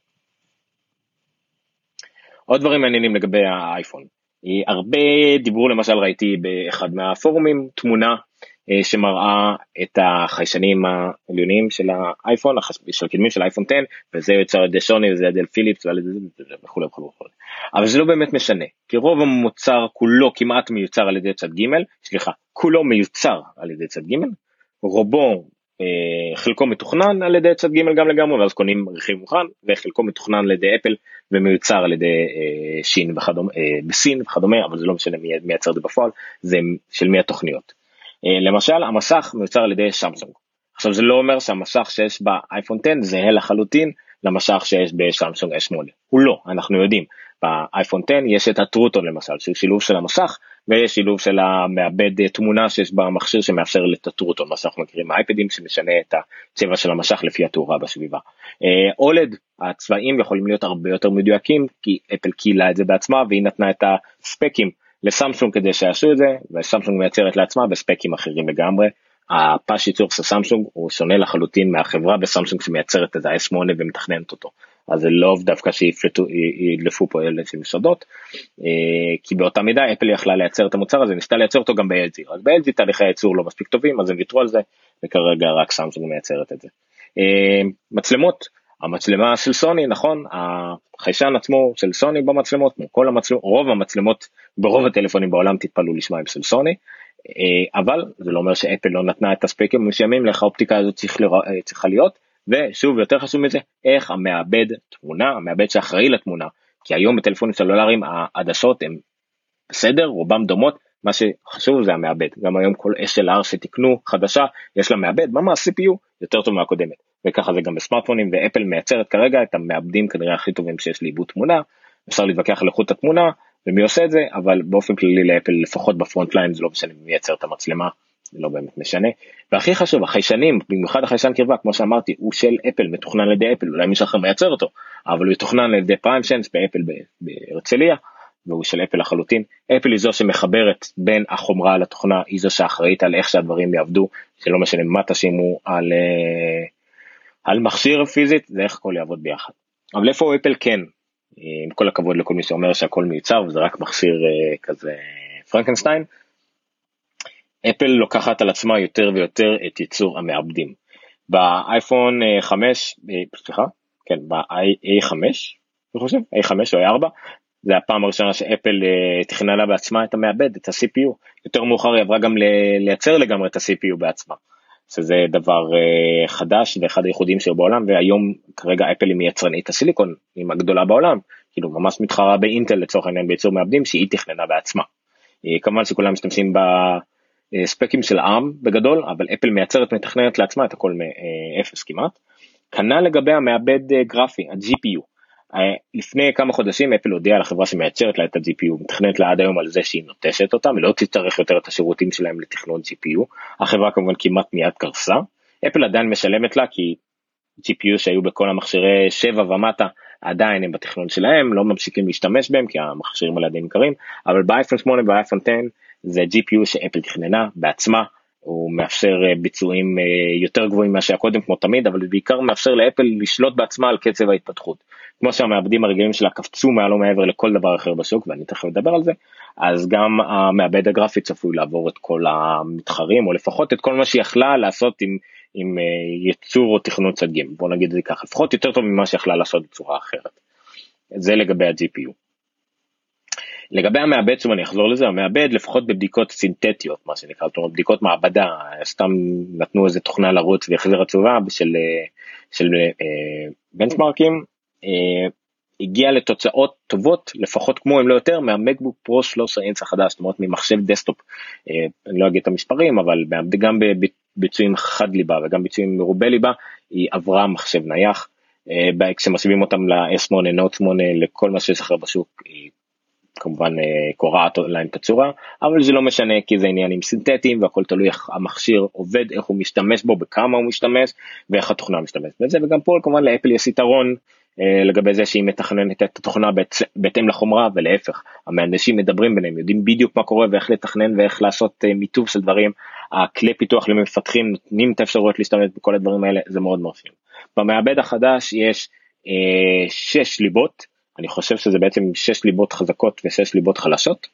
עוד דברים מעניינים לגבי האייפון, הרבה דיברו, למשל ראיתי באחד מהפורומים תמונה שמראה את החיישנים העליונים של האייפון, של הקדמים של האייפון 10, וזה יוצר על ידי שוני וזה על ידי פיליפס וכו' וכו'. אבל זה לא באמת משנה, כי רוב המוצר כולו כמעט מיוצר על ידי צד ג', כולו מיוצר על ידי צד ג', רובו חלקו מתוכנן על ידי צד ג' גם לגמרי, ואז קונים רכיב מוכן, וחלקו מתוכנן על ידי אפל ומיוצר על ידי שין וכדומה, בסין וכדומה, אבל זה לא משנה מי מייצר את זה בפועל, זה של מי התוכניות. למשל, המסך מיוצר על ידי סמסונג. עכשיו זה לא אומר שהמסך שיש באייפון 10 זהה לחלוטין למשך שיש בסמסונג S8. הוא לא, אנחנו יודעים. באייפון 10 יש את הטרוטון למשל, שהוא שילוב של המסך, ויש שילוב של המעבד תמונה שיש במכשיר שמאפשר את הטרוטון, מה שאנחנו מכירים מהאייפדים שמשנה את הצבע של המשך לפי התאורה בסביבה. אולד, הצבעים יכולים להיות הרבה יותר מדויקים, כי אפל קילה את זה בעצמה, והיא נתנה את הספקים לסמסונג כדי שיעשו את זה, וסמסונג מייצרת לעצמה בספקים אחרים לגמרי. הפס ייצור של סמסונג הוא שונה לחלוטין מהחברה בסמסונג שמייצרת את ה-S8 ומתכננת אותו, אז זה לא דווקא שידלפו פה אלה של מסודות, כי באותה מידה אפל יכלה לייצר את המוצר הזה, ניסתה לייצר אותו גם ב-LG, אז ב-LG תהליכי הייצור לא מספיק טובים, אז הם ויתרו על זה, וכרגע רק סמסונג מייצרת את זה. מצלמות, המצלמה של סוני, נכון, החיישן עצמו של סוני במצלמות, כל המצלמות, רוב המצלמות ברוב הטלפונים בעולם תתפלו לשמוע עם של סוני, אבל זה לא אומר שאפל לא נתנה את הספקים מסוימים, איך האופטיקה הזאת צריכה להיות, ושוב יותר חשוב מזה, איך המעבד תמונה, המעבד שאחראי לתמונה, כי היום בטלפונים סלולריים העדשות הן בסדר, רובם דומות, מה שחשוב זה המעבד, גם היום כל SLR שתקנו חדשה, יש לה מעבד, ממש CPU יותר טוב מהקודמת, וככה זה גם בסמארטפונים, ואפל מייצרת כרגע את המעבדים כנראה הכי טובים שיש לעיבוד תמונה, אפשר להתווכח על איכות התמונה, ומי עושה את זה, אבל באופן כללי לאפל, לפחות בפרונט ליין, זה לא משנה מי מייצר את המצלמה, זה לא באמת משנה. והכי חשוב, החיישנים, במיוחד החיישן קרבה, כמו שאמרתי, הוא של אפל, מתוכנן על ידי אפל, אולי מישהו אחר מייצר אותו, אבל הוא מתוכנן על ידי פריים סנס באפל בהרצליה, והוא של אפל לחלוטין. אפל היא זו שמחברת בין החומרה לתוכנה, היא זו שאחראית על איך שהדברים יעבדו, שלא משנה מה תשימו על מכשיר פיזית, זה איך הכל יעבוד ביחד. אבל איפה אפל כן? עם כל הכבוד לכל מי שאומר שהכל מיוצר וזה רק מכשיר כזה פרנקנשטיין, אפל לוקחת על עצמה יותר ויותר את ייצור המעבדים. באייפון 5, סליחה, כן, ב-A5, אני חושב, A5 או A4, זה הפעם הראשונה שאפל תכננה בעצמה את המעבד, את ה-CPU, יותר מאוחר היא עברה גם לייצר לגמרי את ה-CPU בעצמה, שזה דבר חדש ואחד הייחודים שלו בעולם, והיום כרגע אפל היא מייצרנית הסיליקון, היא הגדולה בעולם, כאילו ממש מתחרה באינטל לצורך העניין בייצור מעבדים שהיא תכננה בעצמה. כמובן שכולם משתמשים בספקים של ARM בגדול, אבל אפל מייצרת מתכננת לעצמה את הכל מאפס כמעט. כנ"ל לגבי המעבד גרפי, ה-GPU. לפני כמה חודשים אפל הודיעה לחברה שמייצרת לה את ה-GPU, מתכננת לה עד היום על זה שהיא נוטשת אותה, ולא תצטרך יותר את השירותים שלהם לתכנון GPU. החברה כמובן כמעט מיד קרסה. אפל עדיין משלמת לה כי GPU שהיו בכל המכשירי 7 ומטה עדיין הם בתכנון שלהם, לא ממשיכים להשתמש בהם כי המכשירים האלה עדיין יקרים, אבל באייפון 8 ובאייפון 10 זה GPU שאפל תכננה בעצמה, הוא מאפשר ביצועים יותר גבוהים מה שהיה קודם כמו תמיד, אבל בעיקר מאפשר לאפל לשלוט בעצמה על קצב ההתפתחות. כמו שהמעבדים הרגילים שלה קפצו מעל ומעבר לכל דבר אחר בשוק, ואני תכף אדבר על זה, אז גם המעבד הגרפי צפוי לעבור את כל המתחרים, או לפחות את כל מה שיכלה לעשות עם ייצור או תכנון צד ג', בוא נגיד את זה ככה, לפחות יותר טוב ממה שיכלה לעשות בצורה אחרת. זה לגבי ה-GPU. לגבי המעבד, שוב אני אחזור לזה, המעבד לפחות בבדיקות סינתטיות, מה שנקרא, זאת אומרת, בדיקות מעבדה, סתם נתנו איזה תוכנה לרוץ והחזר התשובה של בנצ'מרקים, הגיע לתוצאות טובות, לפחות כמו אם לא יותר, מהמקבוק פרו 13 אינץ החדש, זאת אומרת ממחשב דסקטופ, אני לא אגיד את המספרים, אבל גם בביצועים חד ליבה וגם ביצועים מרובי ליבה, היא עברה מחשב נייח, כשמשיבים אותם ל-S8, נוט 8, לכל מה שיש אחר בשוק, היא כמובן קורעת להם את הצורה, אבל זה לא משנה כי זה עניינים סינתטיים והכל תלוי איך המכשיר עובד, איך הוא משתמש בו, בכמה הוא משתמש ואיך התוכנה משתמש בזה, וגם פה כמובן לאפל יש יתרון לגבי זה שהיא מתכננת את התוכנה בהתאם לחומרה, ולהפך המהנדסים מדברים ביניהם, יודעים בדיוק מה קורה ואיך לתכנן ואיך לעשות מיטוב של דברים, הכלי פיתוח למפתחים נותנים את האפשרויות להשתמש בכל הדברים האלה, זה מאוד מרשים. במעבד החדש יש 6 ליבות, אני חושב שזה בעצם 6 ליבות חזקות ו6 ליבות חלשות,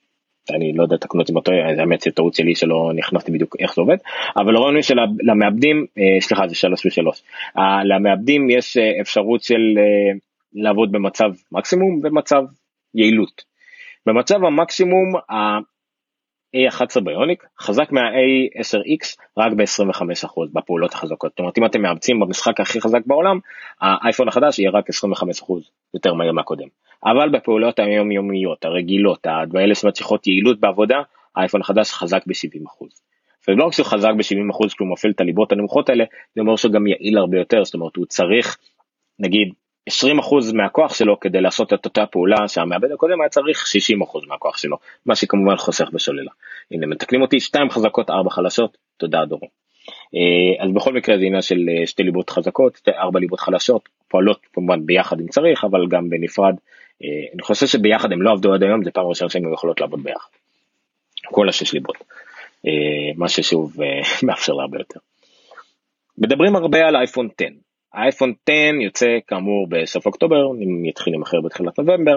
אני לא יודע תקנו אותי באותו, האמת שטעות שלי שלא נכנסתי בדיוק איך זה עובד, אבל ראינו שלמעבדים, סליחה זה 3 ו3, למעבדים יש אפשרות של לעבוד במצב מקסימום ומצב יעילות. במצב המקסימום ה-A11 ביוניק חזק מה-A10X רק ב-25% בפעולות החזקות, זאת אומרת אם אתם מאמצים במשחק הכי חזק בעולם, האייפון החדש יהיה רק 25% יותר מהר מהקודם, אבל בפעולות היומיומיות, הרגילות, האלה שמצליחות יעילות בעבודה, האייפון החדש חזק ב-70%. ולא רק שהוא חזק ב-70% כשהוא מפעיל את הליבות הנמוכות האלה, זה אומר שהוא גם יעיל הרבה יותר, זאת אומרת הוא צריך נגיד 20% מהכוח שלו כדי לעשות את אותה פעולה שהמעבד הקודם היה צריך 60% מהכוח שלו, מה שכמובן חוסך בשוללה. הנה מתקנים אותי 2 חזקות 4 חלשות, תודה דורון. אז בכל מקרה זה עניין של 2 ליבות חזקות, 4 ליבות חלשות, פועלות כמובן ביחד אם צריך, אבל גם בנפרד. אני חושב שביחד הם לא עבדו עד היום, זה פעם ראשונה שהם יכולות לעבוד ביחד. כל 6 ליבות, מה ששוב מאפשר לה הרבה יותר. מדברים הרבה על אייפון 10. האייפון 10 יוצא כאמור בסוף אוקטובר, יתחיל למחר בתחילת נובמבר,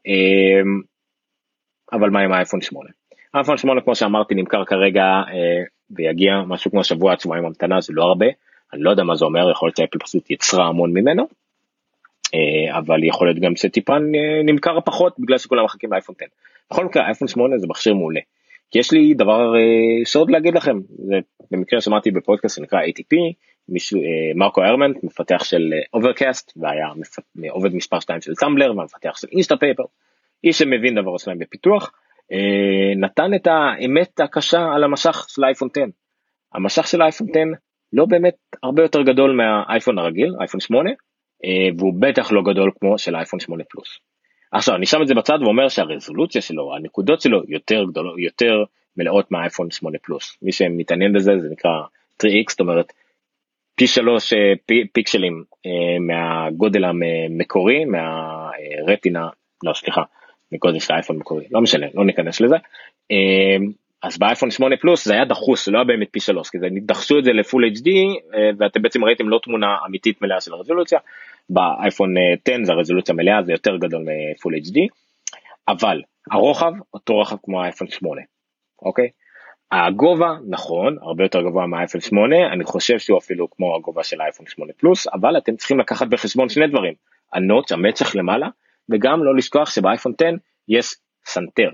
אבל מה עם האייפון 8? האייפון 8 כמו שאמרתי נמכר כרגע ויגיע משהו כמו שבוע עד שבועיים המתנה, זה לא הרבה, אני לא יודע מה זה אומר, יכול להיות שאפל פשוט יצרה המון ממנו, אבל יכול להיות גם שטיפה נמכר פחות בגלל שכולם מחכים לאייפון 10. בכל מקרה האייפון 8 זה מכשיר מעולה, כי יש לי דבר סוד להגיד לכם, זה במקרה שמעתי בפודקאסט שנקרא ATP, מרקו הרמנט, מפתח של אוברקאסט, והיה עובד מספר 2 של טמבלר, והמפתח של אינסטאפייפר, איש שמבין דבר שלהם בפיתוח, נתן את האמת הקשה על המשך של האייפון 10. המשך של האייפון 10 לא באמת הרבה יותר גדול מהאייפון הרגיל, אייפון 8, והוא בטח לא גדול כמו של האייפון 8 פלוס. עכשיו, אני שם את זה בצד ואומר שהרזולוציה שלו, הנקודות שלו יותר גדולות, יותר מלאות מהאייפון 8 פלוס. מי שמתעניין בזה, זה נקרא 3X, זאת אומרת, פי 3 פיקסלים מהגודל המקורי, מהרטינה, לא סליחה, מגודל של האייפון מקורי, לא משנה, לא ניכנס לזה. אז באייפון 8 פלוס זה היה דחוס, זה לא היה באמת פי 3, כי זה דחסו את זה לפול HD, ואתם בעצם ראיתם לא תמונה אמיתית מלאה של הרזולוציה, באייפון 10 זה הרזולוציה מלאה, זה יותר גדול מפול HD, אבל הרוחב, אותו רוחב כמו האייפון 8, אוקיי? הגובה, נכון, הרבה יותר גבוה מהאייפון 8, אני חושב שהוא אפילו כמו הגובה של האייפון 8 פלוס, אבל אתם צריכים לקחת בחשבון שני דברים, הנוץ, המצח למעלה, וגם לא לשכוח שבאייפון 10 יש סנטר.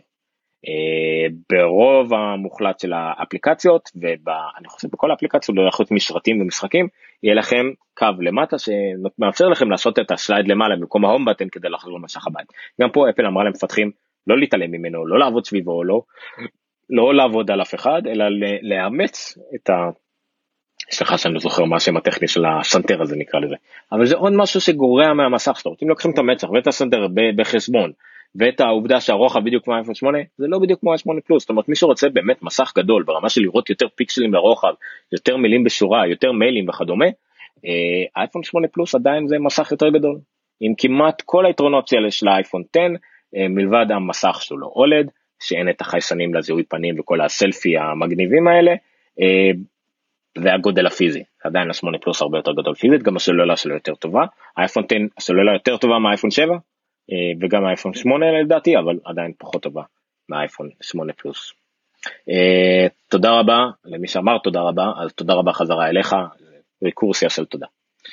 ברוב המוחלט של האפליקציות, ואני חושב בכל האפליקציות, לא יכול להיות משרתים ומשחקים, יהיה לכם קו למטה שמאפשר לכם לעשות את השלייד למעלה במקום ההום בטן כדי לחזור למשך הבית. גם פה אפל אמרה למפתחים לא להתעלם ממנו, לא לעבוד סביבו, לא לעבוד על אף אחד, אלא לאמץ את סליחה שאני לא זוכר מה השם הטכני של הסנטר הזה נקרא לזה, אבל זה עוד משהו שגורע מהמסך שלו. אם לוקחים את המצח ואת הסנטר בחשבון, ואת העובדה שהרוחב בדיוק כמו האייפון 8, זה לא בדיוק כמו ה-8 פלוס, זאת אומרת מי שרוצה באמת מסך גדול, ברמה של לראות יותר פיקסלים ברוחב, יותר מילים בשורה, יותר מיילים וכדומה, האייפון 8 פלוס עדיין זה מסך יותר גדול, עם כמעט כל היתרונות של האייפון 10, מלבד המסך שלו לא אולד, שאין את החיישנים לזיהוי פנים וכל הסלפי המגניבים האלה, והגודל הפיזי, עדיין ה-8 פלוס הרבה יותר גדול פיזית, גם הסוללה שלו יותר טובה, האייפון 10 הסוללה יותר טובה מהאייפון 7, וגם האייפון 8 לדעתי, אבל עדיין פחות טובה מהאייפון 8 פלוס. תודה רבה, למי שאמר תודה רבה, אז תודה רבה חזרה אליך, ריקורסיה של תודה.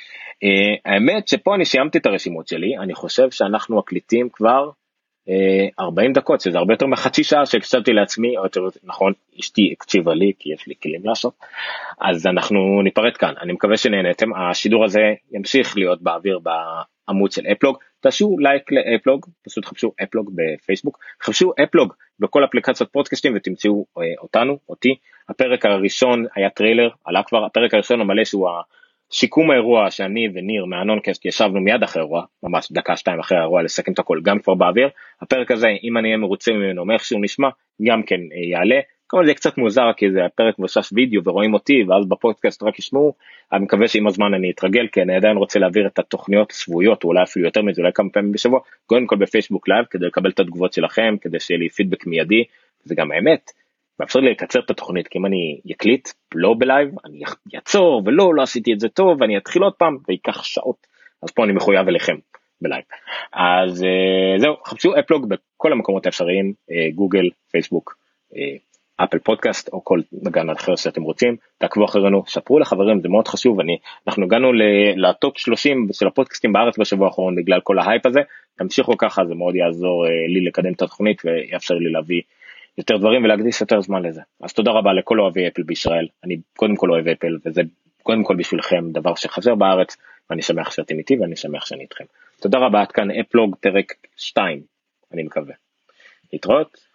האמת שפה אני סיימתי את הרשימות שלי, אני חושב שאנחנו מקליטים כבר 40 דקות, שזה הרבה יותר מחצי שעה שהקשבתי לעצמי, או יותר נכון, אשתי הקשיבה לי, כי יש לי כלים לעשות, אז אנחנו ניפרד כאן, אני מקווה שנהנתם, השידור הזה ימשיך להיות באוויר בעמוד של אפלוג, תעשו לייק לאפלוג, פשוט חפשו אפלוג בפייסבוק, חפשו אפלוג בכל אפליקציות פודקאסטים ותמצאו אותנו, אותי, הפרק הראשון היה טריילר, עלה כבר, הפרק הראשון המלא שהוא שיקום האירוע שאני וניר מהנונקאסט ישבנו מיד אחרי האירוע, ממש דקה 2 אחרי האירוע לסכם את הכל, גם כבר באוויר, הפרק הזה אם אני אהיה מרוצה ממנו, מאיך שהוא נשמע, גם כן יעלה, כמובן זה קצת מוזר כי זה הפרק מבושש וידאו ורואים אותי ואז בפודקאסט רק ישמעו, אני מקווה שעם הזמן אני אתרגל כי אני עדיין רוצה להעביר את התוכניות הסבועיות, או אולי אפילו יותר מזה, אולי כמה פעמים בשבוע, קודם כל בפייסבוק לייב כדי לקבל את התגובות שלכם, כדי שיהיה לי פידבק מיידי, זה גם האמת, מאפשר לי לקצר את התוכנית, כי אם אני יקליט לא בלייב, אני יעצור ולא עשיתי את זה טוב, ואני אתחיל עוד פעם ויקח שעות, אז פה אני מחויב אליכם, בלייב. אז זהו, חפשו אפלוג בכל המקומות האפשריים, גוגל, פייסבוק, אפל פודקאסט או כל מגן אחר שאתם רוצים, תעקבו אחרינו, שפרו לחברים, זה מאוד חשוב. אנחנו הגענו לטופ 30 של הפודקאסטים בארץ בשבוע האחרון בגלל כל ההייפ הזה, תמשיכו ככה, זה מאוד יעזור לי לקדם את התוכנית ויאפשר לי להביא יותר דברים ולהקדיש יותר זמן לזה. אז תודה רבה לכל אוהבי אפל בישראל, אני קודם כל אוהב אפל וזה קודם כל בשבילכם דבר שחזר בארץ, ואני שמח שאתם איתי ואני שמח שאני איתכם. תודה רבה, עד כאן אפלוג פרק 2, אני מקווה. להתראות.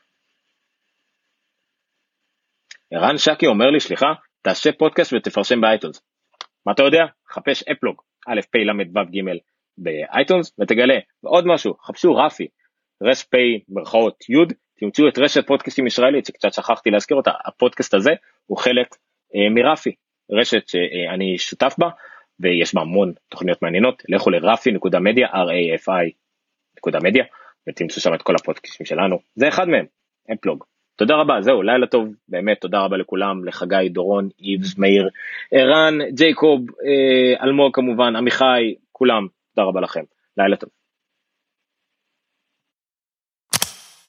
ערן שקי אומר לי, סליחה, תעשה פודקאסט ותפרשם באייטונס. מה אתה יודע? חפש אפלוג, א' פ' ל' ו' ג' באייטונס ותגלה. ועוד משהו, חפשו רפי, רס פ' מרכאות י', תמצאו את רשת פודקאסטים ישראלית, שקצת שכחתי להזכיר אותה. הפודקאסט הזה הוא חלק מרפי, רשת שאני שותף בה, ויש בה המון תוכניות מעניינות. לכו לרפי.מדיה, rafi.מדיה, ותמצאו שם את כל הפודקאסטים שלנו. זה אחד מהם, אפלוג. תודה רבה, זהו, לילה טוב, באמת, תודה רבה לכולם, לחגי, דורון, איבס, מאיר, ערן, ג'ייקוב, אלמוג כמובן, עמיחי, כולם, תודה רבה לכם, לילה טוב.